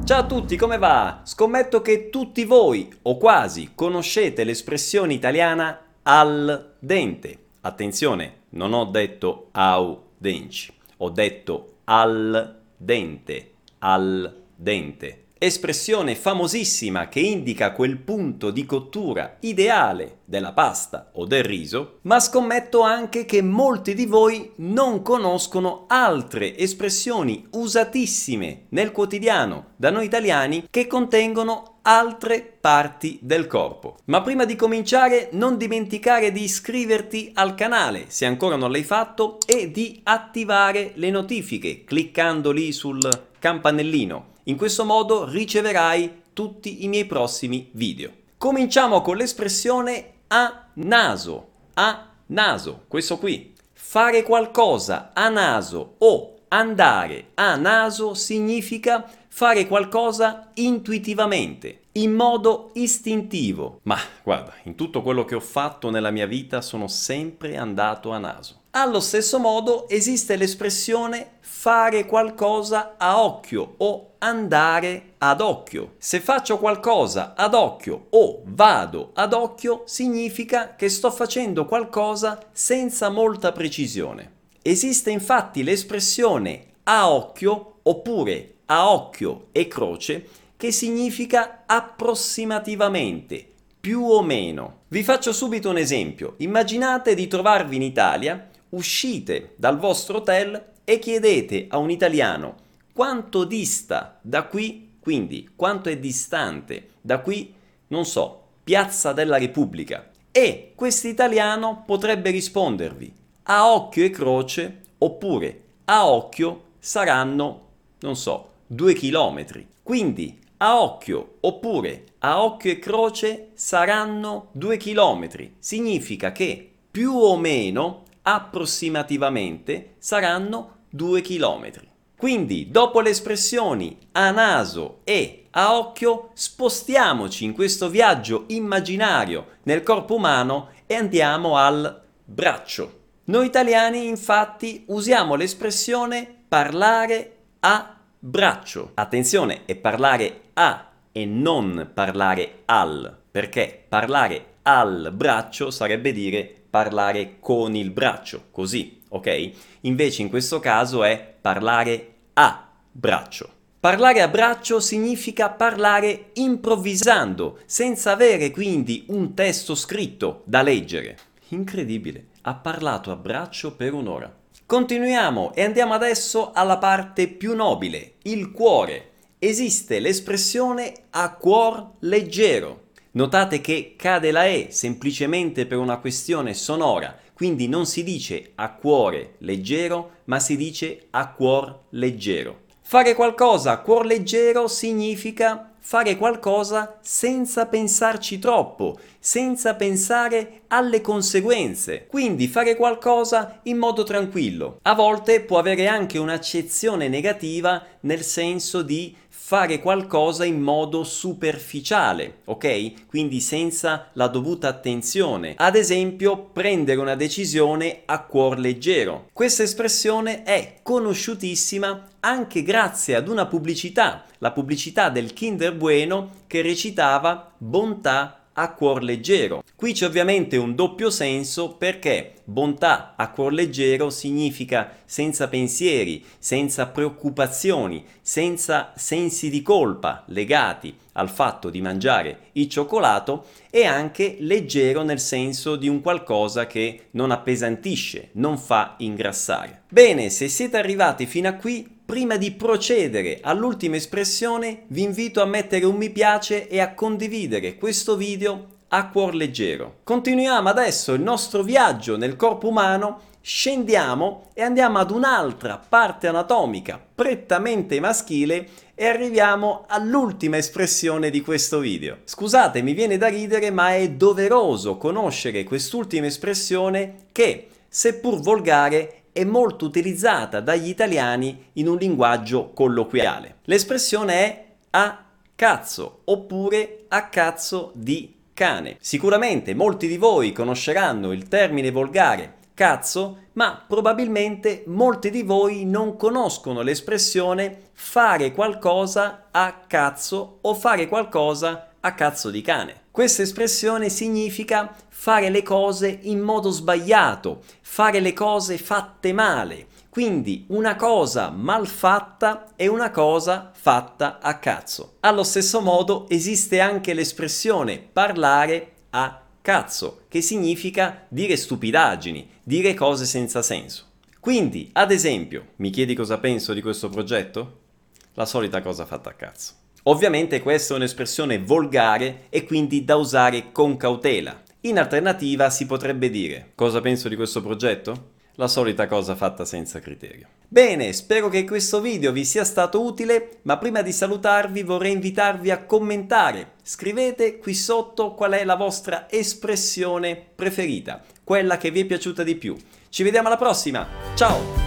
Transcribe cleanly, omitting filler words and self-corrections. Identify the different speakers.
Speaker 1: Ciao a tutti, come va? Scommetto che tutti voi, o quasi, conoscete l'espressione italiana al dente. Attenzione, non ho detto au denci, ho detto al dente, al dente. Espressione famosissima che indica quel punto di cottura ideale della pasta o del riso, ma scommetto anche che molti di voi non conoscono altre espressioni usatissime nel quotidiano da noi italiani che contengono altre parti del corpo. Ma prima di cominciare non dimenticare di iscriverti al canale se ancora non l'hai fatto e di attivare le notifiche cliccando lì sul campanellino. In questo modo riceverai tutti i miei prossimi video. Cominciamo con l'espressione a naso. A naso, questo qui. Fare qualcosa a naso o andare a naso significa fare qualcosa intuitivamente, in modo istintivo. Ma guarda, in tutto quello che ho fatto nella mia vita sono sempre andato a naso. Allo stesso modo esiste l'espressione fare qualcosa a occhio o andare ad occhio. Se faccio qualcosa ad occhio o vado ad occhio significa che sto facendo qualcosa senza molta precisione. Esiste infatti l'espressione a occhio oppure a occhio e croce che significa approssimativamente, più o meno. Vi faccio subito un esempio. Immaginate di trovarvi in Italia, uscite dal vostro hotel e chiedete a un italiano quanto dista da qui, quindi quanto è distante da qui, non so, Piazza della Repubblica. E quest'italiano potrebbe rispondervi a occhio e croce oppure a occhio saranno, non so, 2 chilometri. Quindi a occhio oppure a occhio e croce saranno 2 chilometri. Significa che più o meno, approssimativamente, saranno 2 chilometri. Quindi, dopo le espressioni a naso e a occhio, spostiamoci in questo viaggio immaginario nel corpo umano e andiamo al braccio. Noi italiani, infatti, usiamo l'espressione parlare a braccio. Attenzione, è parlare a e non parlare al, perché parlare al braccio sarebbe dire parlare con il braccio, così, ok? Invece in questo caso è parlare a braccio. Parlare a braccio significa parlare improvvisando, senza avere quindi un testo scritto da leggere. Incredibile, ha parlato a braccio per un'ora. Continuiamo e andiamo adesso alla parte più nobile, il cuore. Esiste l'espressione a cuor leggero. Notate che cade la E semplicemente per una questione sonora, quindi non si dice a cuore leggero, ma si dice a cuor leggero. Fare qualcosa a cuor leggero significa fare qualcosa senza pensarci troppo, senza pensare alle conseguenze. Quindi fare qualcosa in modo tranquillo. A volte può avere anche un'accezione negativa nel senso di fare qualcosa in modo superficiale, ok? Quindi senza la dovuta attenzione. Ad esempio, prendere una decisione a cuor leggero. Questa espressione è conosciutissima anche grazie ad una pubblicità, la pubblicità del Kinder Bueno che recitava bontà a cuor leggero. Qui c'è ovviamente un doppio senso perché bontà a cuor leggero significa senza pensieri, senza preoccupazioni, senza sensi di colpa legati al fatto di mangiare il cioccolato e anche leggero nel senso di un qualcosa che non appesantisce, non fa ingrassare. Bene, se siete arrivati fino a qui, prima di procedere all'ultima espressione, vi invito a mettere un mi piace e a condividere questo video a cuor leggero. Continuiamo adesso il nostro viaggio nel corpo umano, scendiamo e andiamo ad un'altra parte anatomica prettamente maschile e arriviamo all'ultima espressione di questo video. Scusate, mi viene da ridere, ma è doveroso conoscere quest'ultima espressione che, seppur volgare, è molto utilizzata dagli italiani in un linguaggio colloquiale. L'espressione è a cazzo oppure a cazzo di cane. Sicuramente molti di voi conosceranno il termine volgare cazzo, ma probabilmente molti di voi non conoscono l'espressione fare qualcosa a cazzo o fare qualcosa a cazzo di cane. Questa espressione significa fare le cose in modo sbagliato, fare le cose fatte male. Quindi una cosa mal fatta è una cosa fatta a cazzo. Allo stesso modo esiste anche l'espressione parlare a cazzo, che significa dire stupidaggini, dire cose senza senso. Quindi, ad esempio, mi chiedi cosa penso di questo progetto? La solita cosa fatta a cazzo. Ovviamente questa è un'espressione volgare e quindi da usare con cautela. In alternativa si potrebbe dire: cosa penso di questo progetto? La solita cosa fatta senza criterio. Bene, spero che questo video vi sia stato utile, ma prima di salutarvi vorrei invitarvi a commentare. Scrivete qui sotto qual è la vostra espressione preferita, quella che vi è piaciuta di più. Ci vediamo alla prossima, ciao!